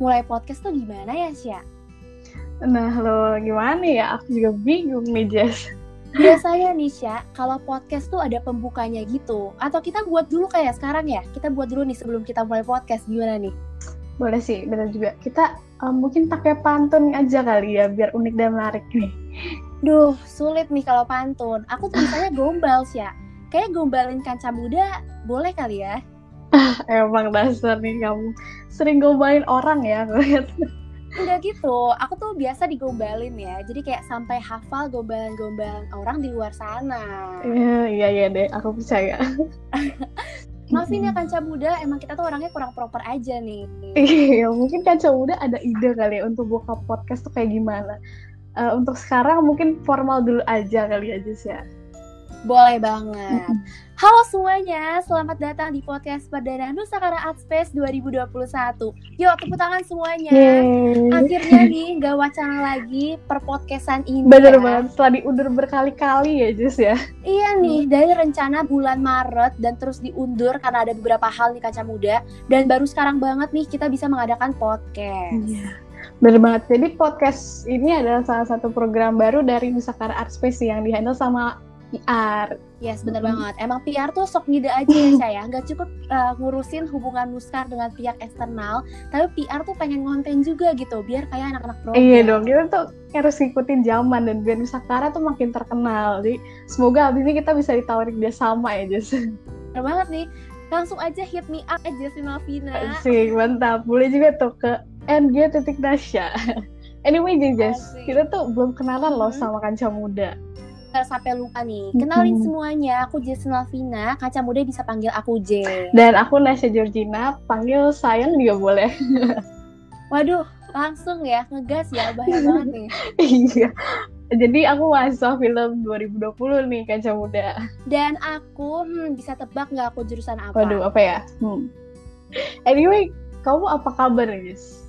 mulai podcast tuh gimana ya, Sya? Nah, lo gimana ya? Aku juga bingung nih, Jess. Biasanya nih, Sya, kalau podcast tuh ada pembukanya gitu. Atau kita buat dulu kayak sekarang ya? Kita buat dulu nih sebelum kita mulai podcast. Gimana nih? Boleh sih, benar juga. Kita mungkin pakai pantun aja kali ya, biar unik dan menarik nih. Duh, sulit nih kalau pantun. Aku tuh misalnya gombal, Sya. Kayak gombalin kanca muda, boleh kali ya? Emang dasar nih kamu. Sering gombalin orang ya. Enggak gitu, aku tuh biasa digombalin ya. Jadi kayak sampai hafal gombalan-gombalan orang di luar sana. Iya deh, aku percaya. Maafin ya kanca muda, emang kita tuh orangnya kurang proper aja nih. Iya, mungkin Kanca Muda ada ide kali ya untuk buka podcast tuh kayak gimana. Untuk sekarang mungkin formal dulu aja kali aja sih ya. Boleh banget. Halo semuanya, selamat datang di podcast perdana Nusakara Art Space 2021. Yuk, tepuk tangan semuanya. Yeay. Akhirnya nih, gak wacana lagi per podcastan ini. Bener banget, setelah diundur berkali-kali ya Jess ya. Iya nih, dari rencana bulan Maret dan terus diundur karena ada beberapa hal nih Kanca Muda. Dan baru sekarang banget nih kita bisa mengadakan podcast. Iya, bener banget. Jadi podcast ini adalah salah satu program baru dari Nusakara Art Space yang dihandle sama PR. Yes, bener banget. Emang PR tuh sok ngide aja ya saya. Nggak cukup ngurusin hubungan Nuskar dengan pihak eksternal, tapi PR tuh pengen ngonten juga gitu, biar kayak anak-anak program. Iya dong, kita tuh harus ngikutin zaman dan biar Nusakara tuh makin terkenal. Jadi semoga abis ini kita bisa ditawarin dia sama ya Jess. Bener banget nih. Langsung aja hit me up aja si Malvina. Asik, mantap. Boleh juga tuh ke ng.nasya. Anyway Jess, kita tuh belum kenalan loh sama Kanca Muda. Sampai lupa nih, kenalin semuanya, aku Jess Malvina, Kanca Muda bisa panggil aku J. Dan aku Nasya Georgina, panggil sayang juga boleh. Waduh, langsung ya, ngegas ya, bahaya banget nih. Iya, jadi aku mahasiswa film 2020 nih Kanca Muda. Dan aku, bisa tebak nggak aku jurusan apa? Waduh, apa ya? Anyway, kamu apa kabar Jess?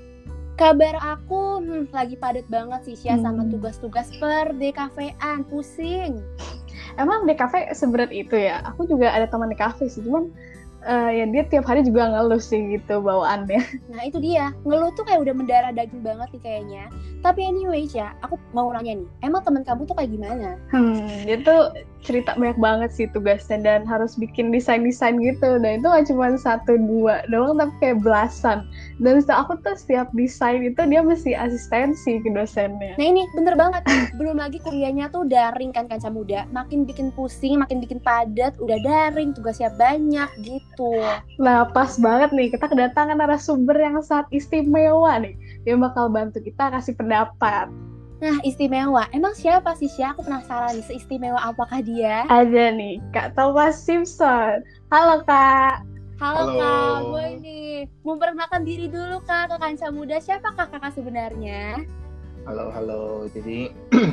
Kabar aku lagi padat banget sih Sya sama tugas-tugas per DKV-an, pusing. Emang DKV seberat itu ya? Aku juga ada teman DKV sih, cuman ya dia tiap hari juga ngeluh sih gitu bawaannya. Nah itu dia, ngeluh tuh kayak udah mendarah daging banget nih kayaknya. Tapi anyway Sya, aku mau nanya nih, emang temen kamu tuh kayak gimana? Dia tuh cerita banyak banget sih tugasnya dan harus bikin desain-desain gitu. Dan itu gak cuma 1-2 doang tapi kayak belasan. Dan setelah aku tuh setiap desain itu dia mesti asistensi ke dosennya. Nah ini bener banget, belum lagi kuliahnya tuh daring kan Kanca Muda. Makin bikin pusing, makin bikin padat, udah daring, tugasnya banyak gitu. Nah pas banget nih, kita kedatangan narasumber yang sangat istimewa nih. Dia bakal bantu kita kasih pendapat. Nah, istimewa. Emang siapa sih Sya? Aku penasaran nih, seistimewa apakah dia? Ada nih, Kak Thomas Simpson. Halo, Kak. Halo Kak, gue nih. Memperkenalkan diri dulu Kak ke Kanca Muda. Siapakah kakak sebenarnya? Halo. Jadi,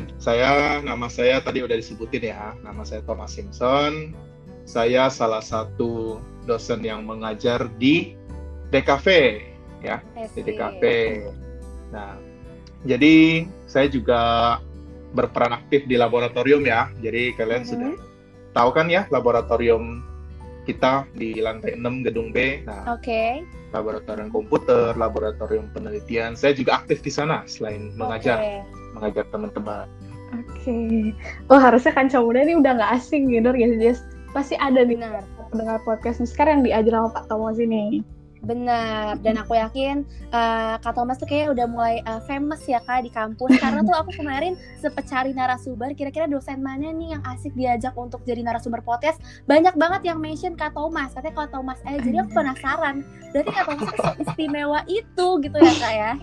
nama saya tadi udah disebutin ya. Nama saya Thomas Simpson. Saya salah satu dosen yang mengajar di DKV, ya. Di DKV. Nah, jadi saya juga berperan aktif di laboratorium ya. Jadi kalian sudah tahu kan ya laboratorium kita di lantai 6 gedung B. Nah, laboratorium komputer, laboratorium penelitian. Saya juga aktif di sana selain mengajar teman-teman. Oh harusnya Kanca Muda ini udah nggak asing gitu ya Jess. Pasti ada nih pendengar podcast sekarang yang diajar sama Pak Thomas ini. Benar, dan aku yakin Kak Thomas tuh kayaknya udah mulai famous ya Kak di kampus. Karena tuh aku kemarin sempet cari narasumber, kira-kira dosen mana nih yang asik diajak untuk jadi narasumber podcast. Banyak banget yang mention Kak Thomas, katanya Kak Thomas aja. Jadi aku penasaran, berarti Kak Thomas tuh istimewa itu gitu ya Kak ya?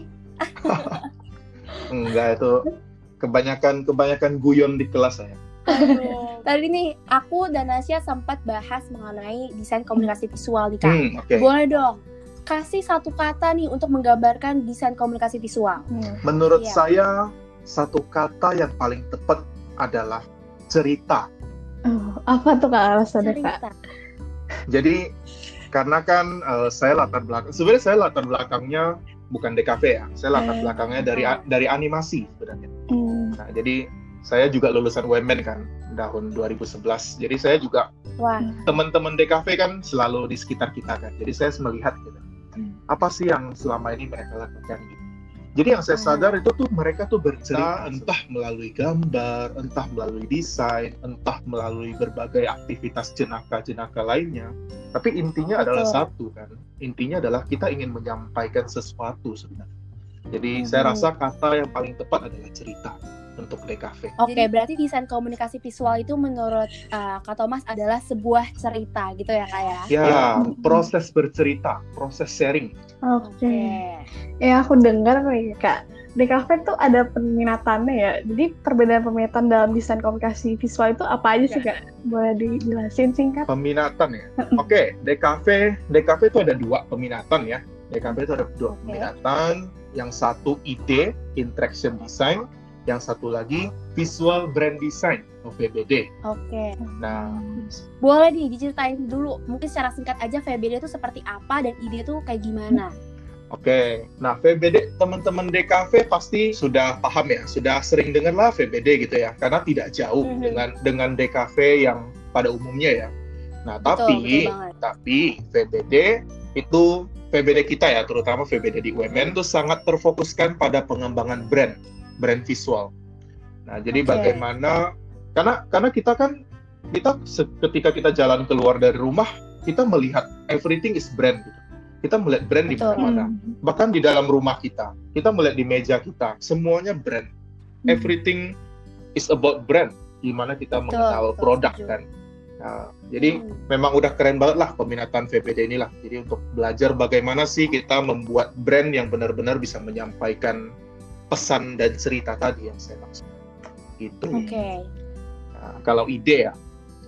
Enggak, itu kebanyakan guyon di kelas saya. Tadi nih aku dan Nasya sempat bahas mengenai desain komunikasi visual nih Kak. Boleh dong kasih satu kata nih untuk menggambarkan desain komunikasi visual. Menurut saya satu kata yang paling tepat adalah cerita. Apa tuh Kak alasannya Kak? Jadi karena kan saya latar belakangnya bukan DKV ya. Saya latar belakangnya dari animasi sebenarnya. Nah, jadi saya juga lulusan UMN kan tahun 2011. Jadi saya juga teman-teman DKV kan selalu di sekitar kita kan. Jadi saya melihat gitu. Apa sih yang selama ini mereka lakukan gitu. Jadi yang saya sadar itu tuh mereka tuh bercerita entah melalui gambar, entah melalui desain, entah melalui berbagai aktivitas jenaka-jenaka lainnya. Tapi intinya adalah satu kan. Intinya adalah kita ingin menyampaikan sesuatu sebenarnya. Jadi saya rasa kata yang paling tepat adalah cerita untuk DKV. Oke, berarti desain komunikasi visual itu menurut Kak Thomas adalah sebuah cerita gitu ya Kak ya? Ya, proses bercerita, proses sharing. Oke. Ya aku dengar nih Kak, DKV tuh ada peminatannya ya. Jadi perbedaan peminatan dalam desain komunikasi visual itu apa aja sih Kak? Boleh dijelasin singkat? Peminatan ya. Oke, DKV itu ada 2 peminatan ya. DKV itu ada 2 peminatan. Yang satu ide, interaction design. Yang satu lagi visual brand design, VBD. Oke. Nah, boleh nih diceritain dulu, mungkin secara singkat aja VBD itu seperti apa dan ide itu kayak gimana? Oke. Nah, VBD, teman-teman DKV pasti sudah paham ya, sudah sering dengar lah VBD gitu ya, karena tidak jauh dengan DKV yang pada umumnya ya. Nah, tapi VBD itu VBD kita ya, terutama VBD di UMN itu sangat terfokuskan pada pengembangan brand visual. Nah, jadi bagaimana karena kita ketika kita jalan keluar dari rumah, kita melihat everything is brand gitu. Kita melihat brand di mana-mana. Bahkan di dalam rumah kita melihat di meja kita, semuanya brand. Everything is about brand. Gimana kita mengenal produk kan. Nah, jadi memang udah keren banget lah peminatan VBD inilah. Jadi untuk belajar bagaimana sih kita membuat brand yang benar-benar bisa menyampaikan pesan dan cerita tadi yang saya maksud. Gitu. Nah, kalau ide ya,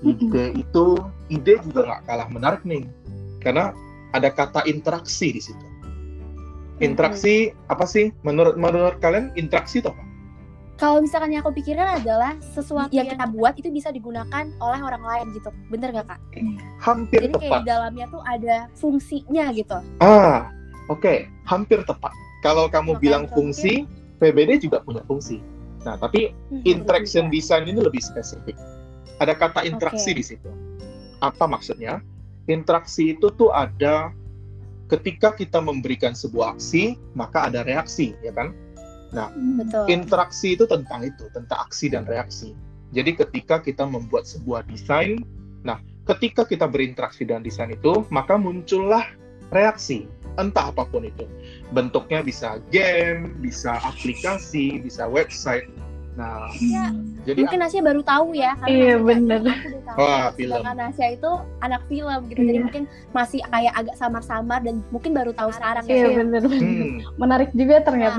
ide juga nggak kalah menarik nih, karena ada kata interaksi di situ. Interaksi apa sih? Menurut kalian interaksi itu apa? Kalau misalkan yang aku pikirkan adalah sesuatu yang kita buat itu bisa digunakan oleh orang lain gitu, bener nggak Kak? Hampir jadi tepat. Kayak di dalamnya tuh ada fungsinya gitu. Oke. Hampir tepat. Kalau kamu bilang fungsi, VBD juga punya fungsi. Nah, tapi interaction design ini lebih spesifik. Ada kata interaksi di situ. Apa maksudnya? Interaksi itu tuh ada ketika kita memberikan sebuah aksi, maka ada reaksi, ya kan? Nah, interaksi itu tentang aksi dan reaksi. Jadi ketika kita membuat sebuah desain, nah, ketika kita berinteraksi dengan desain itu, maka muncullah reaksi, entah apapun itu. Bentuknya bisa game, bisa aplikasi, bisa website. Nah, jadi mungkin Nasya baru tahu ya, karena iya benar. Film. Nasya itu anak film gitu, jadi mungkin masih kayak agak samar-samar dan mungkin baru tahu sekarang ya. Iya benar. Menarik juga ternyata.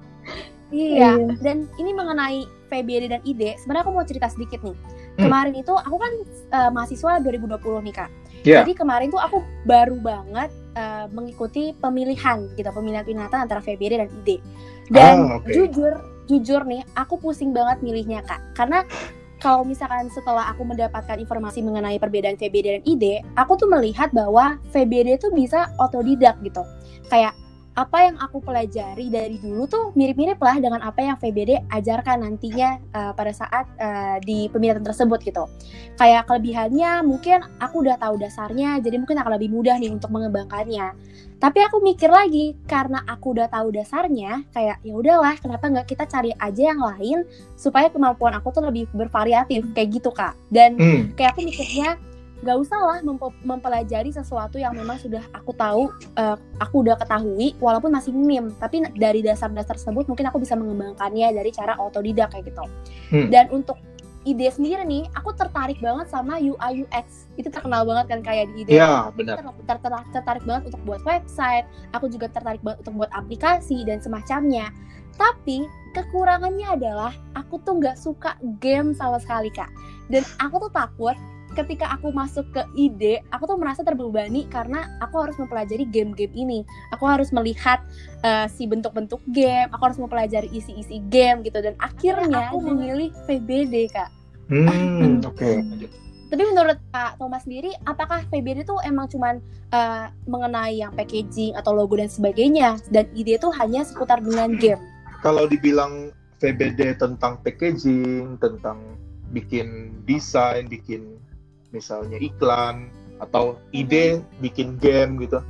Iya. Dan ini mengenai VBD dan ide, sebenarnya aku mau cerita sedikit nih. Kemarin itu aku kan mahasiswa 2020 nih Kak. Jadi kemarin tuh aku baru banget mengikuti pemilihan peminatan antara VBD dan ide. Dan jujur nih, aku pusing banget milihnya Kak. Karena kalau misalkan setelah aku mendapatkan informasi mengenai perbedaan VBD dan ide, aku tuh melihat bahwa VBD tuh bisa otodidak gitu. Kayak apa yang aku pelajari dari dulu tuh mirip-mirip lah dengan apa yang VBD ajarkan nantinya pada saat di peminatan tersebut gitu. Kayak kelebihannya mungkin aku udah tahu dasarnya, jadi mungkin akan lebih mudah nih untuk mengembangkannya. Tapi aku mikir lagi, karena aku udah tahu dasarnya, kayak ya udahlah, kenapa nggak kita cari aja yang lain supaya kemampuan aku tuh lebih bervariatif kayak gitu Kak. Dan kayak aku mikirnya gak usah lah mempelajari sesuatu yang memang sudah aku tahu, aku udah ketahui walaupun masih minim, tapi dari dasar-dasar tersebut mungkin aku bisa mengembangkannya dari cara otodidak kayak gitu. Dan untuk ide sendiri nih, aku tertarik banget sama UI UX. Itu terkenal banget kan kayak di ide. Iya, benar. Tertarik banget untuk buat website, aku juga tertarik banget untuk buat aplikasi dan semacamnya. Tapi kekurangannya adalah aku tuh gak suka game sama sekali Kak. Dan aku tuh takut ketika aku masuk ke ide, aku tuh merasa terbebani karena aku harus mempelajari game-game ini. Aku harus melihat si bentuk-bentuk game, aku harus mempelajari isi-isi game gitu. Dan akhirnya aku memilih VBD Kak. Oke. Tapi menurut Kak Thomas sendiri, apakah VBD tuh emang cuman mengenai yang packaging atau logo dan sebagainya, dan ide tuh hanya seputar dengan game? Kalau dibilang VBD tentang packaging, tentang bikin desain, bikin misalnya iklan, atau ide bikin game gitu,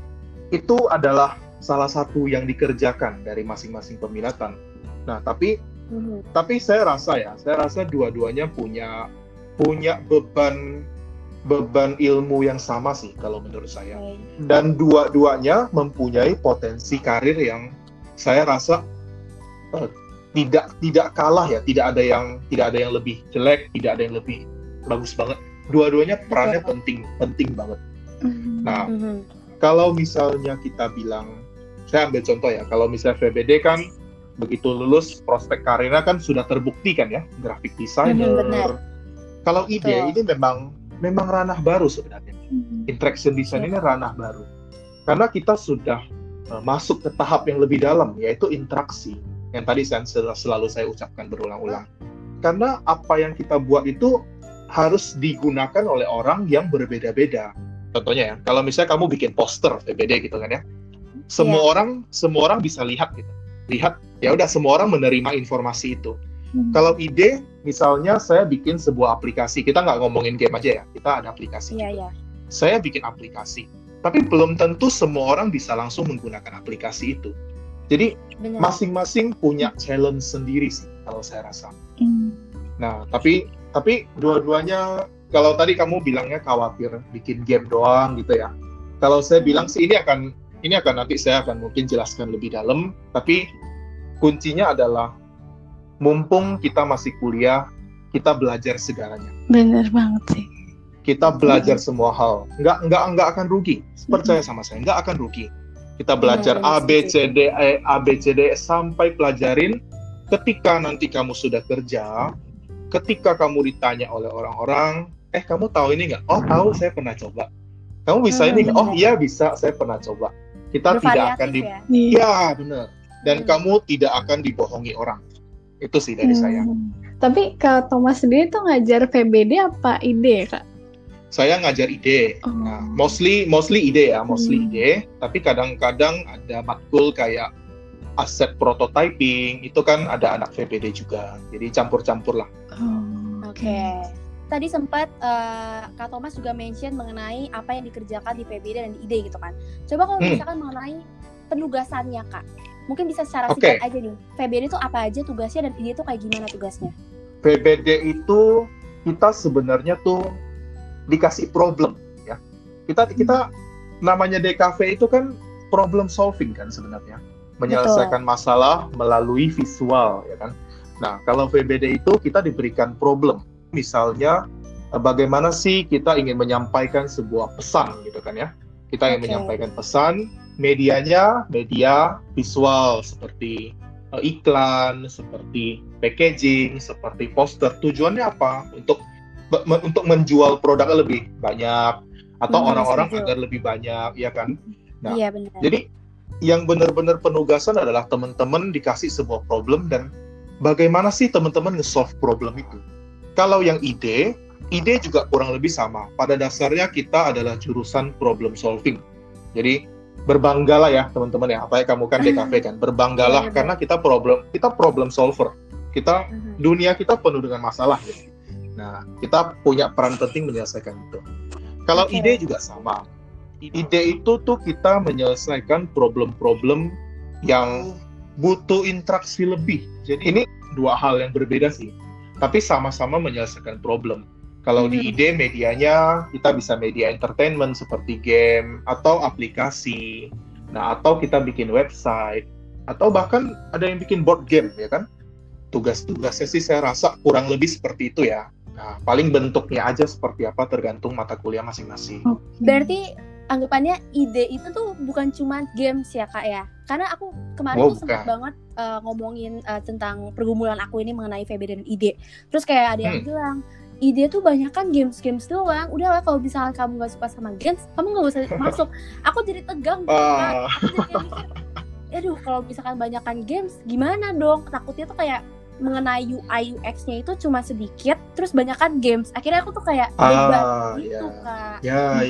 itu adalah salah satu yang dikerjakan dari masing-masing peminatan. Nah, tapi saya rasa dua-duanya punya beban ilmu yang sama sih kalau menurut saya. Dan dua-duanya mempunyai potensi karir yang saya rasa tidak kalah ya, tidak ada yang lebih jelek, tidak ada yang lebih bagus banget. Dua-duanya perannya penting banget. Nah, kalau misalnya kita bilang, saya ambil contoh ya, kalau misalnya VBD kan begitu lulus prospek karirnya kan sudah terbukti kan ya, graphic designer. Kalau ide ini memang ranah baru sebenarnya. Interaction design ini ranah baru. Karena kita sudah masuk ke tahap yang lebih dalam, yaitu interaksi. Yang tadi selalu saya ucapkan berulang-ulang. Karena apa yang kita buat itu harus digunakan oleh orang yang berbeda-beda. Contohnya ya, kalau misalnya kamu bikin poster VBD gitu kan ya, semua orang bisa lihat gitu. Lihat, ya udah semua orang menerima informasi itu. Kalau ide, misalnya saya bikin sebuah aplikasi, kita nggak ngomongin game aja ya, kita ada aplikasi. Saya bikin aplikasi, tapi belum tentu semua orang bisa langsung menggunakan aplikasi itu. Jadi masing-masing punya challenge sendiri sih, kalau saya rasa. Nah, tapi dua-duanya, kalau tadi kamu bilangnya khawatir bikin game doang gitu ya. Kalau saya bilang sih ini akan nanti saya akan mungkin jelaskan lebih dalam, tapi kuncinya adalah mumpung kita masih kuliah, kita belajar segalanya. Bener banget sih. Kita belajar semua hal, nggak akan rugi. Percaya sama saya, nggak akan rugi. Kita belajar A, B, C, D, E, sampai pelajarin. Ketika nanti kamu sudah kerja, ketika kamu ditanya oleh orang-orang, kamu tahu ini nggak? Oh tahu, saya pernah coba. Kamu bisa ini nggak? Oh iya bisa, saya pernah coba. Kita tidak akan ya benar. Dan kamu tidak akan dibohongi orang. Itu sih dari saya. Tapi Kak Thomas sendiri tuh ngajar VBD apa ide, Kak? Saya ngajar ide. Nah, mostly ide ya, ide. Tapi kadang-kadang ada matkul kayak aset prototyping, itu kan ada anak VBD juga. Jadi campur-campur lah. Oke. Tadi sempat Kak Thomas juga mention mengenai apa yang dikerjakan di VBD dan di ide gitu kan. Coba kalau misalkan mengenai penugasannya, Kak. Mungkin bisa secara singkat aja nih. VBD itu apa aja tugasnya dan ide itu kayak gimana tugasnya? VBD itu kita sebenarnya tuh dikasih problem ya. Kita namanya DKV itu kan problem solving kan sebenarnya. Menyelesaikan masalah melalui visual ya kan. Nah, kalau VBD itu kita diberikan problem. Misalnya bagaimana sih kita ingin menyampaikan sebuah pesan gitu kan ya. Kita ingin menyampaikan pesan, medianya media visual seperti iklan, seperti packaging, seperti poster. Tujuannya apa? Untuk menjual produknya lebih banyak atau orang-orang agar lebih banyak, ya kan? Nah, iya, benar. Jadi yang benar-benar penugasan adalah teman-teman dikasih sebuah problem dan bagaimana sih teman-teman nge-solve problem itu. Kalau yang ide juga kurang lebih sama. Pada dasarnya kita adalah jurusan problem solving. Jadi berbanggalah ya teman-teman ya, apa ya kamu kan DKV kan, berbanggalah karena kita problem solver. Dunia kita penuh dengan masalah gitu. Nah, kita punya peran penting menyelesaikan itu. Kalau ide juga sama. Ide itu tuh kita menyelesaikan problem-problem yang butuh interaksi lebih. Jadi ini dua hal yang berbeda sih. Tapi sama-sama menyelesaikan problem. Kalau di ide medianya, kita bisa media entertainment seperti game atau aplikasi. Nah, atau kita bikin website. Atau bahkan ada yang bikin board game, ya kan? Tugas-tugasnya sih saya rasa kurang lebih seperti itu ya. Nah, paling bentuknya aja seperti apa tergantung mata kuliah masing-masing. Berarti anggapannya ide itu tuh bukan cuma games ya Kak ya? Karena aku kemarin tuh sempat banget ngomongin tentang pergumulan aku ini mengenai VBD dan ide. Terus kayak ada yang bilang, ide tuh banyak kan games doang. Udahlah kalau misalnya kamu gak suka sama games, kamu gak usah masuk. Aku jadi tegang gitu Kak. Aku jadi kayak mikir, aduh kalau misalkan banyakan games gimana dong? Takutnya tuh kayak mengenai UI UX-nya itu cuma sedikit, terus banyakan games. Akhirnya aku tuh kayak beban gitu Kak. Ya.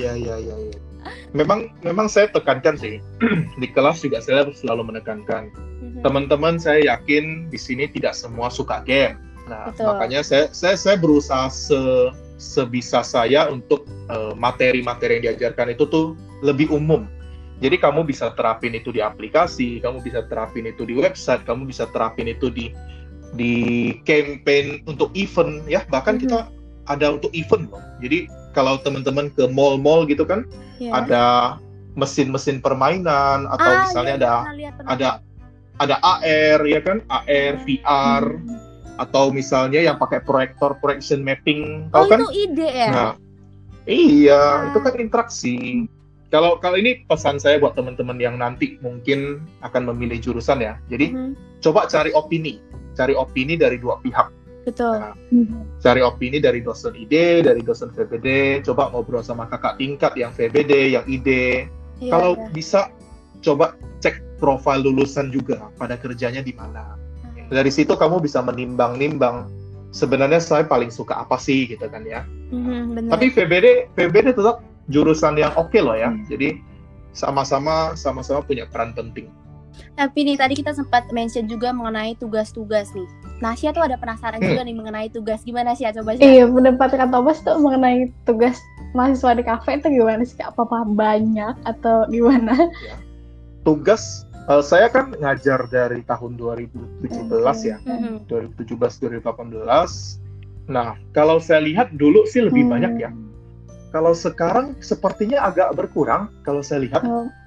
Memang saya tekankan sih. Di kelas juga saya selalu menekankan. Teman-teman saya yakin di sini tidak semua suka game. Nah, makanya saya berusaha sebisa saya untuk materi-materi yang diajarkan itu tuh lebih umum. Jadi kamu bisa terapin itu di aplikasi, kamu bisa terapin itu di website, kamu bisa terapin itu di campaign untuk event ya. Bahkan kita ada untuk event loh. Jadi kalau teman-teman ke mall-mall gitu kan, ada mesin-mesin permainan atau misalnya ada AR ya kan, AR, VR atau misalnya yang pakai proyektor projection mapping, tahu kan? Itu ide ya? Nah, iya, itu kan interaksi. Kalau ini pesan saya buat teman-teman yang nanti mungkin akan memilih jurusan ya. Jadi coba cari opini dari dua pihak. Betul. Nah, cari opini dari dosen ID, dari dosen VBD. Coba ngobrol sama kakak tingkat yang VBD, yang ID. Kalau bisa, coba cek profil lulusan juga pada kerjanya di mana. Dari situ kamu bisa menimbang-nimbang. Sebenarnya saya paling suka apa sih gitu kan ya. Tapi VBD tetap jurusan yang oke loh ya. Jadi sama-sama punya peran penting. Tapi nih tadi kita sempat mention juga mengenai tugas-tugas nih. Nasya tuh ada penasaran juga nih mengenai tugas. Gimana sih? Coba sih. Iya, pendapat Kak Thomas tuh mengenai tugas mahasiswa di kafe itu gimana sih? Apa banyak atau gimana? Ya. Tugas saya kan ngajar dari tahun 2017 ya. 2017-2018. Nah, kalau saya lihat dulu sih lebih banyak ya. Kalau sekarang sepertinya agak berkurang kalau saya lihat.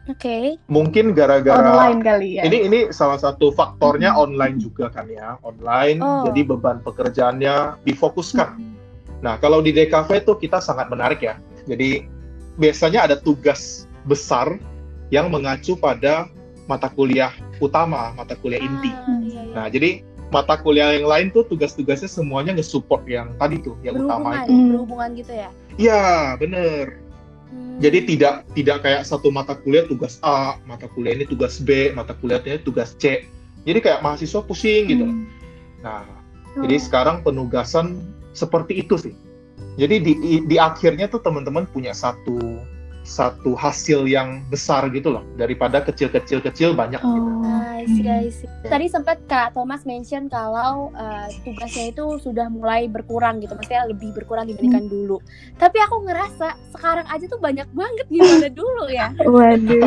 Mungkin gara-gara online kali ya. Ini salah satu faktornya online juga kan ya. Online, jadi beban pekerjaannya difokuskan. Nah, kalau di DKV itu kita sangat menarik ya. Jadi biasanya ada tugas besar yang mengacu pada mata kuliah utama, mata kuliah inti. Nah, jadi mata kuliah yang lain tuh tugas-tugasnya semuanya nge-support yang tadi tuh, yang utama itu. Berhubungan gitu ya? Iya, bener. Jadi tidak kayak satu mata kuliah tugas A, mata kuliah ini tugas B, mata kuliahnya tugas C. Jadi kayak mahasiswa pusing gitu. Nah, jadi sekarang penugasan seperti itu sih. Jadi di akhirnya tuh teman-teman punya satu hasil yang besar gitu loh, daripada kecil banyak gitu. I see. Tadi sempat Kak Thomas mention kalau tugasnya itu sudah mulai berkurang gitu, maksudnya lebih berkurang dibandingkan dulu. Tapi aku ngerasa sekarang aja tuh banyak banget gimana dulu ya. Waduh.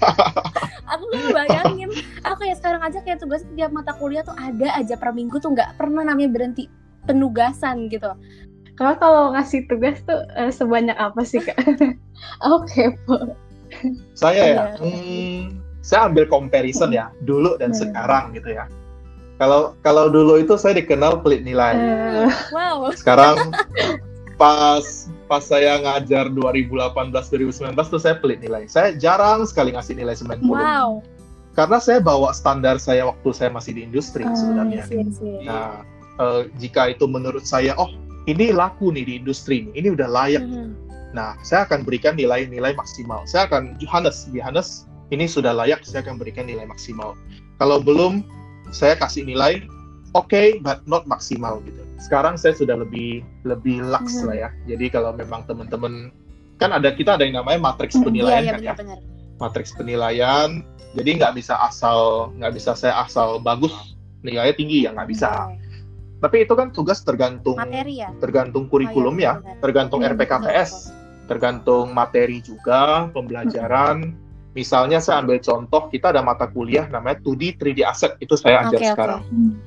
Aku nggak bayangin. Aku kayak sekarang aja kayak tugas tiap mata kuliah tuh ada aja per minggu tuh nggak pernah namanya berhenti penugasan gitu. Kakak kalau ngasih tugas tuh sebanyak apa sih Kak? Oke, Po. Saya saya ambil comparison ya, dulu dan sekarang gitu ya. Kalau dulu itu saya dikenal pelit nilai. Wow. Sekarang pas saya ngajar 2018-2019 tuh saya pelit nilai. Saya jarang sekali ngasih nilai 90. Wow. Karena saya bawa standar saya waktu saya masih di industri sebenarnya. Nah, jika itu menurut saya, ini laku nih di industri ini udah layak. Nah, saya akan berikan nilai-nilai maksimal. Saya akan Johannes, ini sudah layak, saya akan berikan nilai maksimal. Kalau belum, saya kasih nilai okay, but not maksimal gitu. Sekarang saya sudah lebih lax lah ya. Jadi kalau memang teman-teman kan kita ada yang namanya matriks penilaian kan ya. Matriks penilaian. Jadi nggak bisa saya asal bagus nilainya tinggi ya, nggak bisa. Tapi itu kan tugas tergantung materi ya? Tergantung kurikulum ya, tergantung RPKPS, tergantung materi juga, pembelajaran. Misalnya saya ambil contoh, kita ada mata kuliah namanya 2D 3D Asset, itu saya ajar sekarang.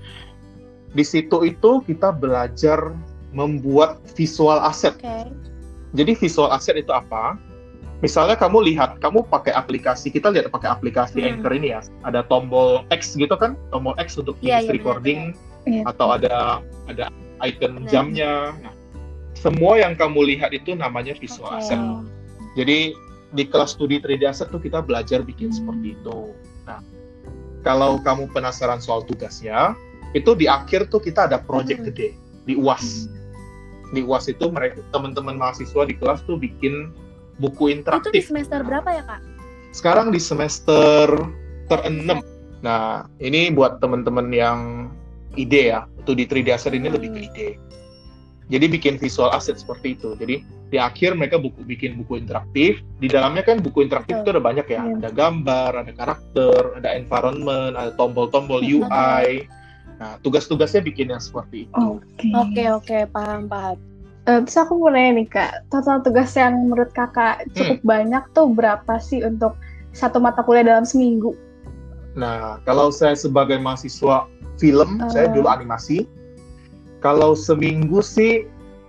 Di situ itu kita belajar membuat visual asset. Jadi visual asset itu apa? Misalnya kamu pakai aplikasi, kita lihat pakai aplikasi Anchor ini ya, ada tombol X gitu kan, tombol X untuk recording. Atau ada icon jamnya. Nah, semua yang kamu lihat itu namanya visual asset. Jadi di kelas studi 3D asset tuh kita belajar bikin seperti itu. Nah, kalau kamu penasaran soal tugasnya, itu di akhir tuh kita ada project gede di UAS. Di UAS itu teman-teman mahasiswa di kelas tuh bikin buku interaktif. Itu di semester berapa ya, Kak? Sekarang di semester ter-6. Nah, ini buat teman-teman yang ide ya, itu di 3D Asset ini lebih ke ide. Jadi bikin visual asset seperti itu. Jadi di akhir mereka bikin buku interaktif. Di dalamnya kan buku interaktif itu ada banyak ya. Ada gambar, ada karakter, ada environment, ada tombol-tombol UI. Nah, tugas-tugasnya bikin yang seperti itu. Oke, paham. Terus aku mau nanya nih Kak, total tugas yang menurut Kakak cukup banyak tuh berapa sih untuk satu mata kuliah dalam seminggu? Nah, kalau saya sebagai mahasiswa film, saya dulu animasi. Kalau seminggu sih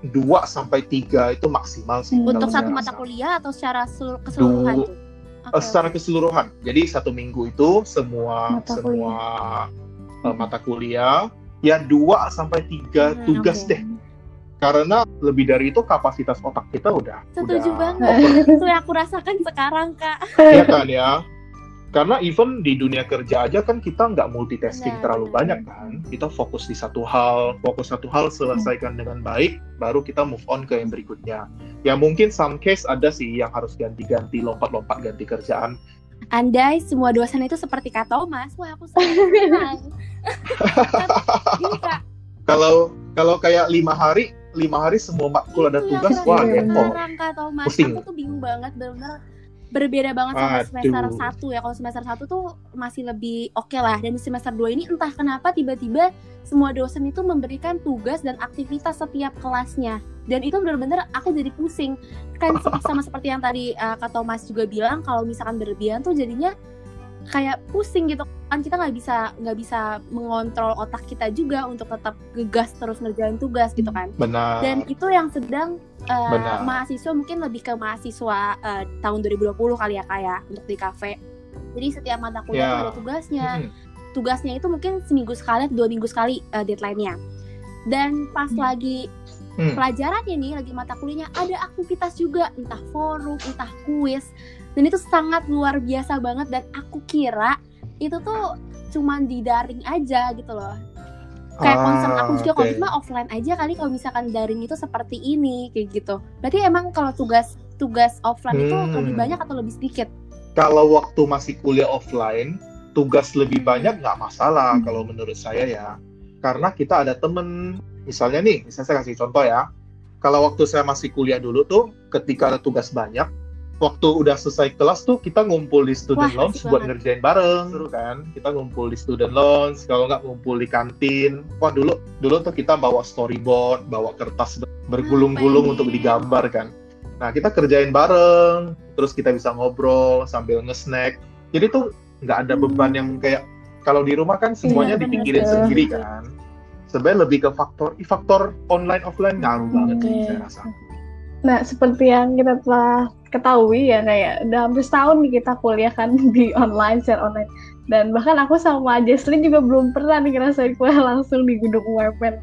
2-3 itu maksimal sih. Untuk kalau satu saya mata rasa. kuliah atau secara keseluruhan tuh? Secara keseluruhan. Jadi satu minggu itu semua mata kuliah ya 2-3 tugas deh. Karena lebih dari itu kapasitas otak kita udah Setuju banget. over. Itu yang aku rasakan sekarang, Kak. Iya kan ya. Karena even di dunia kerja aja kan kita nggak multitasking Benar, terlalu benar. banyak kan. Kita fokus di satu hal, selesaikan dengan baik, baru kita move on ke yang berikutnya. Ya mungkin some case ada sih yang harus ganti-ganti, lompat-lompat ganti kerjaan. Andai semua dosen itu seperti Kak Thomas, wah aku senang. Ini Kak, Kalau kayak 5 hari semua matkul ada itu yang tugas, aku wah rasakan depot. sekarang Kak Thomas. Pusing. Aku tuh bingung banget, benar-benar berbeda banget sama semester Aduh. 1 ya. Kalau semester 1 tuh masih lebih oke lah. Dan di semester 2 ini entah kenapa tiba-tiba semua dosen itu memberikan tugas dan aktivitas setiap kelasnya. Dan itu benar-benar aku jadi pusing. Kan sama seperti yang tadi Kak Thomas juga bilang, kalau misalkan berlebihan tuh jadinya kayak pusing gitu kan, kita nggak bisa mengontrol otak kita juga untuk tetap gegas terus ngerjain tugas gitu kan. Benar. Dan itu yang sedang Benar. mahasiswa, mungkin lebih ke mahasiswa tahun 2020 kali ya kayak untuk di kafe. Jadi setiap mata kuliah Ya. tuh ada tugasnya. Tugasnya itu mungkin seminggu sekali, 2 minggu sekali deadline-nya. Dan pas lagi pelajarannya nih, lagi mata kuliahnya ada aktivitas juga, entah forum, entah kuis. Dan itu sangat luar biasa banget, dan aku kira itu tuh cuman di daring aja gitu loh. Kayak concern aku juga, kalau cuma offline aja kali kalau misalkan daring itu seperti ini, kayak gitu. Berarti emang kalau tugas offline itu lebih banyak atau lebih sedikit? Kalau waktu masih kuliah offline, tugas lebih banyak nggak masalah kalau menurut saya ya. Karena kita ada temen, misalnya saya kasih contoh ya. Kalau waktu saya masih kuliah dulu tuh, ketika ada tugas banyak, waktu udah selesai kelas tuh kita ngumpul di student lounge buat ngerjain bareng, seru kan? Kita ngumpul di student lounge, kalau nggak ngumpul di kantin. Wah dulu tuh kita bawa storyboard, bawa kertas bergulung-gulung untuk digambar kan. Nah kita kerjain bareng, terus kita bisa ngobrol sambil nge-snack. Jadi tuh nggak ada beban yang kayak kalau di rumah kan semuanya dipikirin sendiri kan. Sebenarnya lebih ke faktor online offline ngaruh banget sih saya rasa. Nah, seperti yang kita telah ketahui ya, kayak udah hampir setahun nih kita kuliah kan di online, secara online. Dan bahkan aku sama Jesslyn juga belum pernah nih ngerasain kuliah langsung di gedung UMN.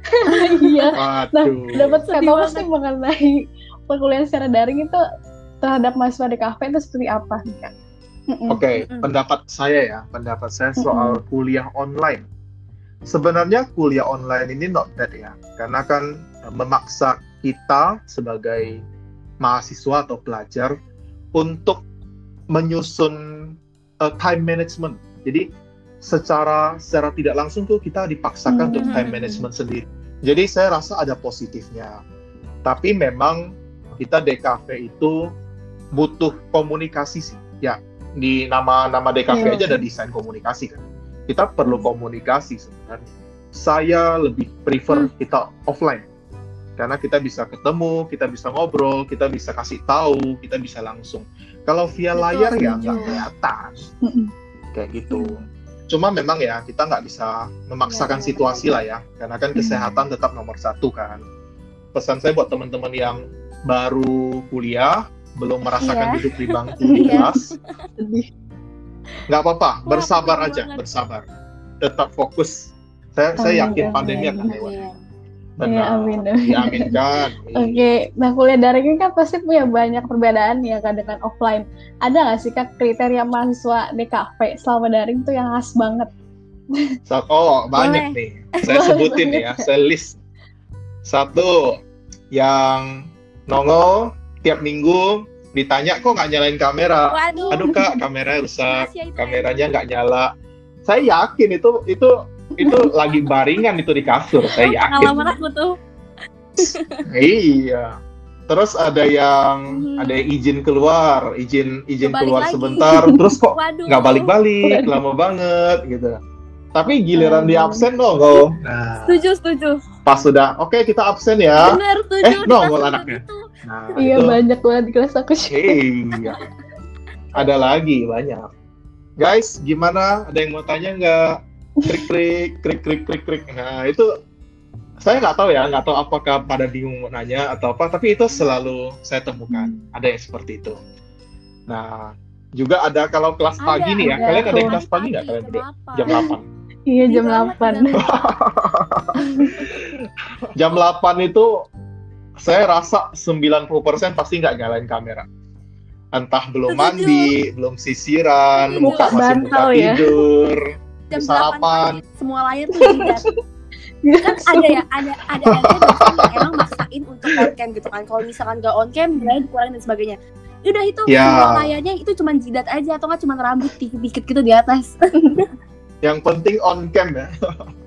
Iya. Nah, dapat Thomas nih mengenai perkuliahan secara daring itu terhadap mahasiswa di kafe itu seperti apa? Oke, pendapat saya soal kuliah online. Sebenarnya kuliah online ini not bad ya, karena kan memaksa kita sebagai mahasiswa atau pelajar untuk menyusun time management. Jadi secara tidak langsung tuh kita dipaksakan untuk time management sendiri. Jadi saya rasa ada positifnya. Tapi memang kita DKV itu butuh komunikasi sih. Ya, di nama DKV aja ada desain komunikasi kan. Kita perlu komunikasi sebenarnya. Saya lebih prefer kita offline. Karena kita bisa ketemu, kita bisa ngobrol, kita bisa kasih tahu, kita bisa langsung. Kalau via layar ya nggak kelihatan, kayak gitu. Cuma memang ya kita nggak bisa memaksakan situasi lah ya, karena kan kesehatan tetap nomor 1 kan. Pesan saya buat teman-teman yang baru kuliah, belum merasakan duduk di bangku di kelas, nggak apa-apa, bersabar aja, bersabar. Tetap fokus. Saya yakin pandemi akan lewat. Ya, amin. Diaminkan. Oke, nah kuliah daring ini kan pasti punya banyak perbedaan ya kan dengan offline. Ada nggak sih Kak kriteria mahasiswa DKV selama daring tuh yang khas banget? Banyak nih. Saya sebutin nih ya, saya list. 1, yang nongol tiap minggu ditanya kok nggak nyalain kamera. Waduh. Aduh Kak, kameranya rusak, kameranya nggak nyala. Saya yakin itu lagi baringan itu di kasur, saya yakin. Pengalaman aku tuh. Iya. Terus ada yang izin keluar, izin keluar lagi sebentar, terus kok nggak balik-balik, lama banget gitu. Tapi giliran di absen nongol. Nah, Setuju. pas sudah, oke, kita absen ya. Bener, setuju. Nongol anaknya. Nah, iya, banyak banget di kelas aku. Iya. Ada lagi banyak. Guys, gimana? Ada yang mau tanya nggak? Krik. Nah, itu saya nggak tahu apakah pada bingung mau nanya atau apa, tapi itu selalu saya temukan. Ada yang seperti itu. Nah, juga ada kalau kelas pagi nih ya. Kalian ada yang kelas pagi nggak kalian berdua? Jam 8. Iya, jam 8. Jam 8 itu saya rasa 90% pasti nggak nyalain kamera. Entah belum mandi, belum sisiran, muka masih muka tidur, jam sarapan. Semua layar tuh jidat. Kan ada aja dosen yang emang maksain untuk on cam gitu kan. Kalau misalkan nggak on cam, nilainya dikurangin dan sebagainya. Udah itu semua layarnya itu cuma jidat aja atau nggak cuma rambut dikit gitu di atas. Yang penting on cam ya.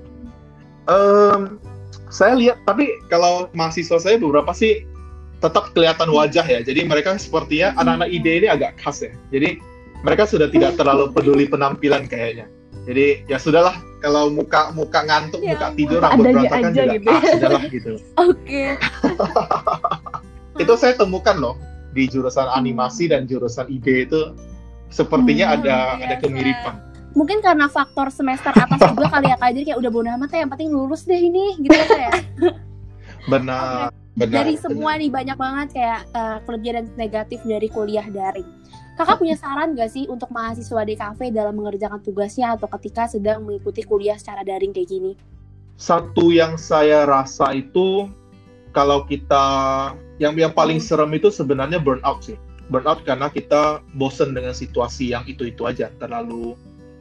Saya lihat, tapi kalau mahasiswa saya beberapa sih tetap kelihatan wajah ya. Jadi mereka sepertinya anak-anak ide ini agak khas ya. Jadi mereka sudah tidak terlalu peduli penampilan kayaknya. Jadi ya sudahlah, kalau muka ngantuk, muka tidur, rambut berantakan juga gitu. Sudahlah gitu. Oke. Itu saya temukan loh di jurusan animasi dan jurusan ide itu sepertinya ada kemiripan. Mungkin karena faktor semester atas juga kali ya Kak, jadi kayak udah bodo amat ya, yang penting lulus deh ini gitu ya. Benar. Dari semua nih banyak banget kayak kelebihan dan negatif dari kuliah daring. Kakak punya saran gak sih untuk mahasiswa DKV dalam mengerjakan tugasnya atau ketika sedang mengikuti kuliah secara daring kayak gini? Satu yang saya rasa itu, kalau kita yang paling serem itu sebenarnya burnout sih. Burnout karena kita bosen dengan situasi yang itu aja, terlalu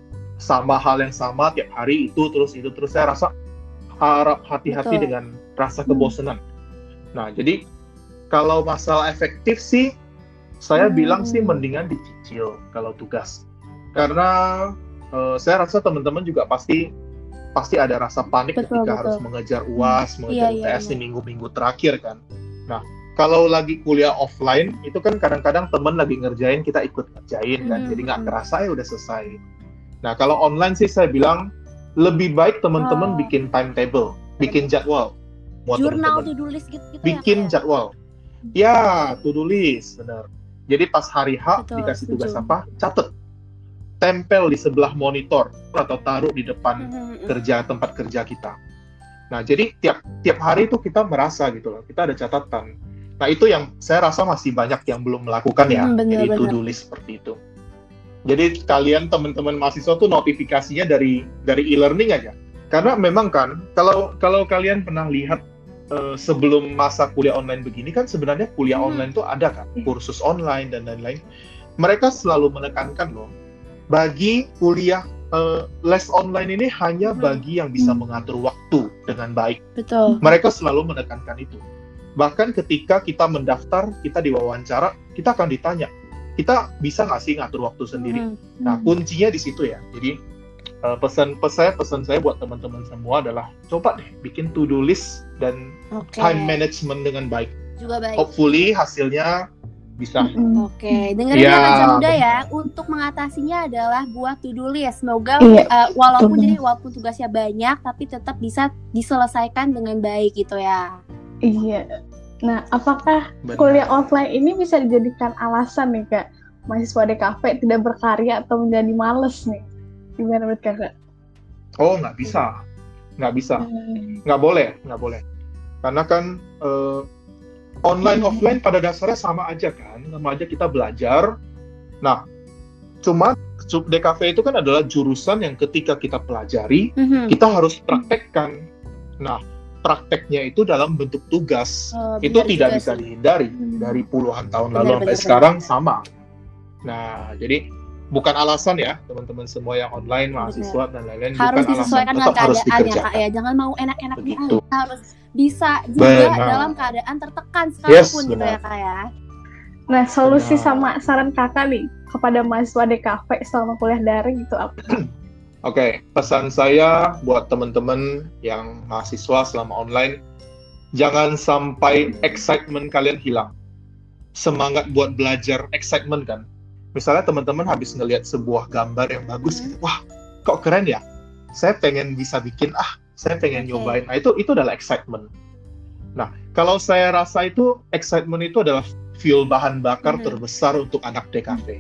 sama hal yang sama tiap hari itu terus. Saya rasa harap hati-hati dengan rasa kebosanan. Nah, jadi kalau masalah efektif sih, saya bilang sih mendingan dicicil kalau tugas. Karena saya rasa teman-teman juga pasti ada rasa panik ketika harus mengejar UAS, mengejar UTS di minggu-minggu terakhir kan. Nah, kalau lagi kuliah offline, itu kan kadang-kadang teman lagi ngerjain, kita ikut ngerjain kan. Jadi nggak kerasa ya udah selesai. Nah, kalau online sih saya bilang, lebih baik teman-teman bikin timetable, bikin jadwal. Jurnal, to-do list gitu bikin jadwal. Ya, to-do list, benar. Jadi pas hari H dikasih tugas apa, catet. Tempel di sebelah monitor atau taruh di depan tempat kerja kita. Nah, jadi tiap hari itu kita merasa gitu loh, kita ada catatan. Nah, itu yang saya rasa masih banyak yang belum melakukan ya, jadi to-do list seperti itu. Jadi kalian teman-teman mahasiswa tuh notifikasinya dari e-learning aja. Karena memang kan kalau kalian pernah lihat sebelum masa kuliah online begini kan sebenarnya kuliah online tuh ada kan, kursus online dan lain-lain. Mereka selalu menekankan loh, bagi kuliah les online ini hanya bagi yang bisa mengatur waktu dengan baik. Betul. Mereka selalu menekankan itu. Bahkan ketika kita mendaftar, kita diwawancara, kita akan ditanya, kita bisa nggak sih ngatur waktu sendiri? Nah, kuncinya di situ ya. Jadi pesan saya buat teman-teman semua adalah coba deh bikin to-do list dan time management dengan baik. Juga baik. Hopefully hasilnya bisa. Oke, dengerin ya Raja Muda ya. Untuk mengatasinya adalah buat to-do list. Semoga walaupun tugasnya banyak, tapi tetap bisa diselesaikan dengan baik gitu ya. Iya. Nah, apakah kuliah offline ini bisa dijadikan alasan nih Kak, mahasiswa DKV tidak berkarya atau menjadi males nih? Gimana menurut Kakak? Oh, nggak bisa. Nggak boleh. Karena kan online offline pada dasarnya sama aja kan, sama aja kita belajar. Nah, cuma DKV itu kan adalah jurusan yang ketika kita pelajari, kita harus praktekkan. Nah, prakteknya itu dalam bentuk tugas. Itu tidak bisa dihindari. Dari puluhan tahun lalu sampai sekarang sama. Nah, jadi bukan alasan ya, teman-teman semua yang online, mahasiswa dan lain-lain, harus bukan disesuaikan alasan, tetap harus keadaan ya Kak ya. Jangan mau enak-enaknya aja. Harus bisa juga dalam keadaan tertekan sekalipun gitu ya Kak ya. Nah, solusi sama saran Kakak nih kepada mahasiswa DKV selama kuliah daring itu apa? Oke, pesan saya buat teman-teman yang mahasiswa selama online, jangan sampai excitement kalian hilang. Semangat buat belajar, excitement kan. Misalnya teman-teman habis ngelihat sebuah gambar yang bagus, gitu, wah, kok keren ya? Saya pengen bisa bikin, saya pengen nyobain. Nah, itu adalah excitement. Nah, kalau saya rasa itu, excitement itu adalah fuel bahan bakar terbesar untuk anak DKV.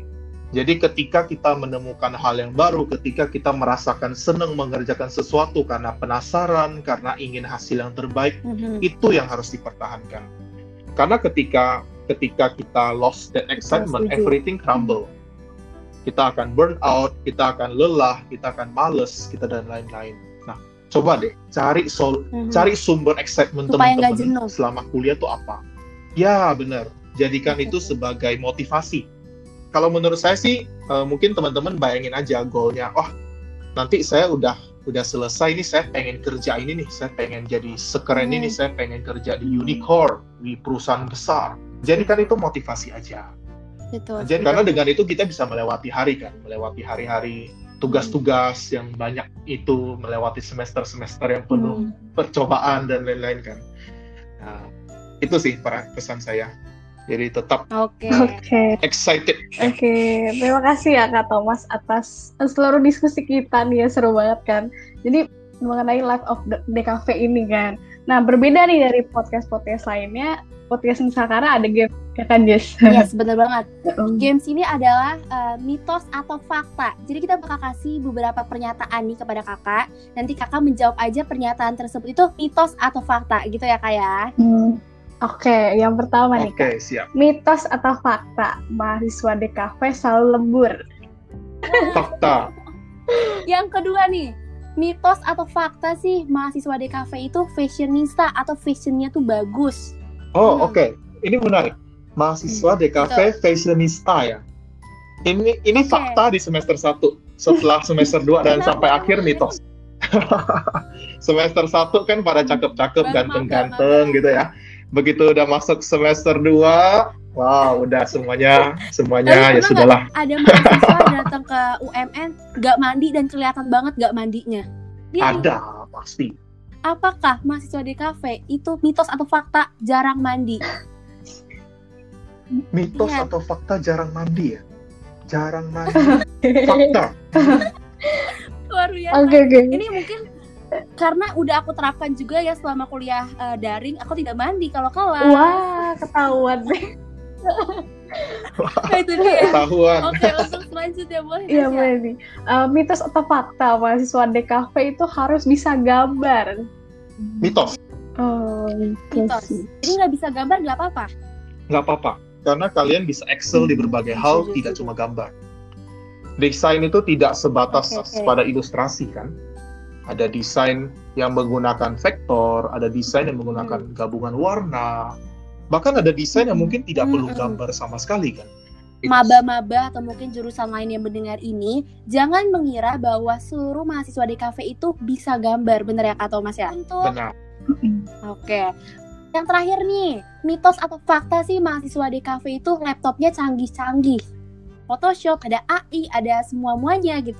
Jadi ketika kita menemukan hal yang baru, ketika kita merasakan senang mengerjakan sesuatu karena penasaran, karena ingin hasil yang terbaik, itu yang harus dipertahankan. Karena ketika kita lost that excitement, everything crumble. Kita akan burn out, kita akan lelah, kita akan males, kita dan lain-lain. Nah, coba deh cari sumber excitement teman-teman selama kuliah tuh apa? Ya, benar. Jadikan itu sebagai motivasi. Kalau menurut saya sih, mungkin teman-teman bayangin aja goalnya. Oh, nanti saya udah selesai nih, saya pengen kerja ini nih, saya pengen jadi sekeren ini, saya pengen kerja di unicorn, di perusahaan besar. Jadikan itu motivasi aja. Betul. Jadi karena dengan itu kita bisa melewati hari-hari tugas-tugas yang banyak itu, melewati semester-semester yang penuh percobaan dan lain-lain kan. Nah, itu sih pesan saya. Jadi tetap excited. Oke, terima kasih ya Kak Thomas atas seluruh diskusi kita nih ya, seru banget kan. Jadi mengenai Life of the Cafe ini kan. Nah, berbeda nih dari podcast-podcast lainnya, podcast Nusakara ada game ya kan, Jess? Yes, bener banget. Games ini adalah mitos atau fakta. Jadi kita bakal kasih beberapa pernyataan nih kepada kakak. Nanti kakak menjawab aja pernyataan tersebut itu mitos atau fakta gitu ya Kak ya. Oke, yang pertama nih Kak. Siap. Mitos atau fakta, mahasiswa DKV selalu lembur? Fakta. Yang kedua nih, mitos atau fakta sih mahasiswa DKV itu fashionista atau fashionnya tuh bagus? Oke. Ini menarik. Mahasiswa DKV fashionista ya. Ini fakta di semester 1. Setelah semester 2 dan sampai akhir mitos. Semester 1 kan pada cakep-cakep, ganteng-ganteng gitu ya. Begitu udah masuk semester 2, wow, udah semuanya ya sudahlah. Ada mahasiswa datang ke UMN gak mandi dan kelihatan banget gak mandinya. Ada, pasti. Apakah mahasiswa DKV itu mitos atau fakta jarang mandi? Mitos atau fakta jarang mandi ya? Jarang mandi. Fakta. Luar biasa. Oke. Ini mungkin karena udah aku terapkan juga ya selama kuliah daring, aku tidak mandi kalau kelas. Wah, ketahuan deh. Nah, itu dia. Ketahuan. Oke, untuk selanjutnya boleh. Iya, boleh nih. Mitos atau fakta, mahasiswa DKV itu harus bisa gambar? Mitos. Mitos. Jadi nggak bisa gambar nggak apa-apa? Nggak apa-apa. Karena kalian bisa excel di berbagai hal, tidak cuma gambar. Desain itu tidak sebatas pada ilustrasi kan. Ada desain yang menggunakan vektor, ada desain yang menggunakan gabungan warna, bahkan ada desain yang mungkin tidak perlu gambar sama sekali kan. Maba-maba atau mungkin jurusan lain yang mendengar ini, jangan mengira bahwa seluruh mahasiswa DKV itu bisa gambar, bener ya Kak Thomas ya? Benar. Oke. Yang terakhir nih, mitos atau fakta sih mahasiswa DKV itu laptopnya canggih-canggih. Photoshop, ada AI, ada semua-muanya gitu.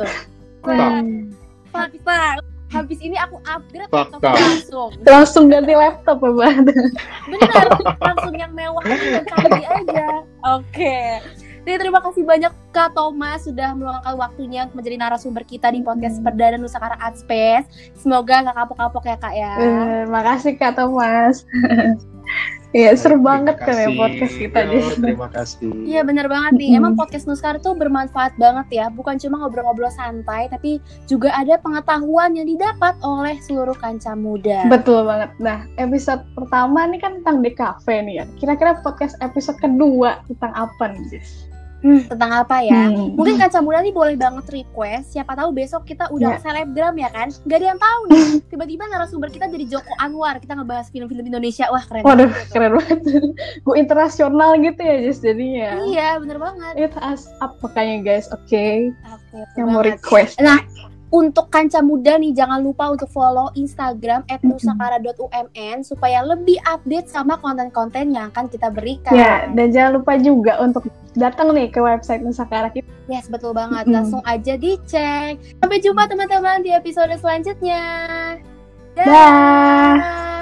Fakta. Habis ini aku upgrade laptop langsung ganti laptop ya Mbak. Bener, langsung yang mewah dan canggih aja. Oke. Jadi terima kasih banyak Kak Thomas sudah meluangkan waktunya untuk menjadi narasumber kita di podcast perdana Nusakara Art Space. Semoga gak kapok-kapok ya Kak ya. Makasih Kak Thomas. Iya, seru banget kan ya podcast kita. Terima kasih. Iya, benar banget nih. Emang podcast Nuskar tuh bermanfaat banget ya. Bukan cuma ngobrol-ngobrol santai, tapi juga ada pengetahuan yang didapat oleh seluruh kancah muda. Betul banget. Nah, episode pertama nih kan tentang DKV nih ya. Kira-kira podcast episode kedua tentang apa nih, Jess? Tentang apa ya? Mungkin kancah muda nih boleh banget request. Siapa tahu besok kita udah selebgram ya kan? Gak ada yang tahu nih. Tiba-tiba narasumber kita jadi Joko Anwar. Kita ngebahas film-film Indonesia. Wah, keren. Waduh, keren banget. Gue internasional gitu ya, Jess, jadinya. Iya, bener banget. It has up makanya guys, oke. Yang mau banget. request. Nah, untuk kancah muda nih, jangan lupa untuk follow Instagram @nusakara.umn supaya lebih update sama konten-konten yang akan kita berikan. Ya, dan jangan lupa juga untuk datang nih ke website Nusakara kita. Yes, betul banget. Langsung aja dicek. Sampai jumpa teman-teman di episode selanjutnya. Dah.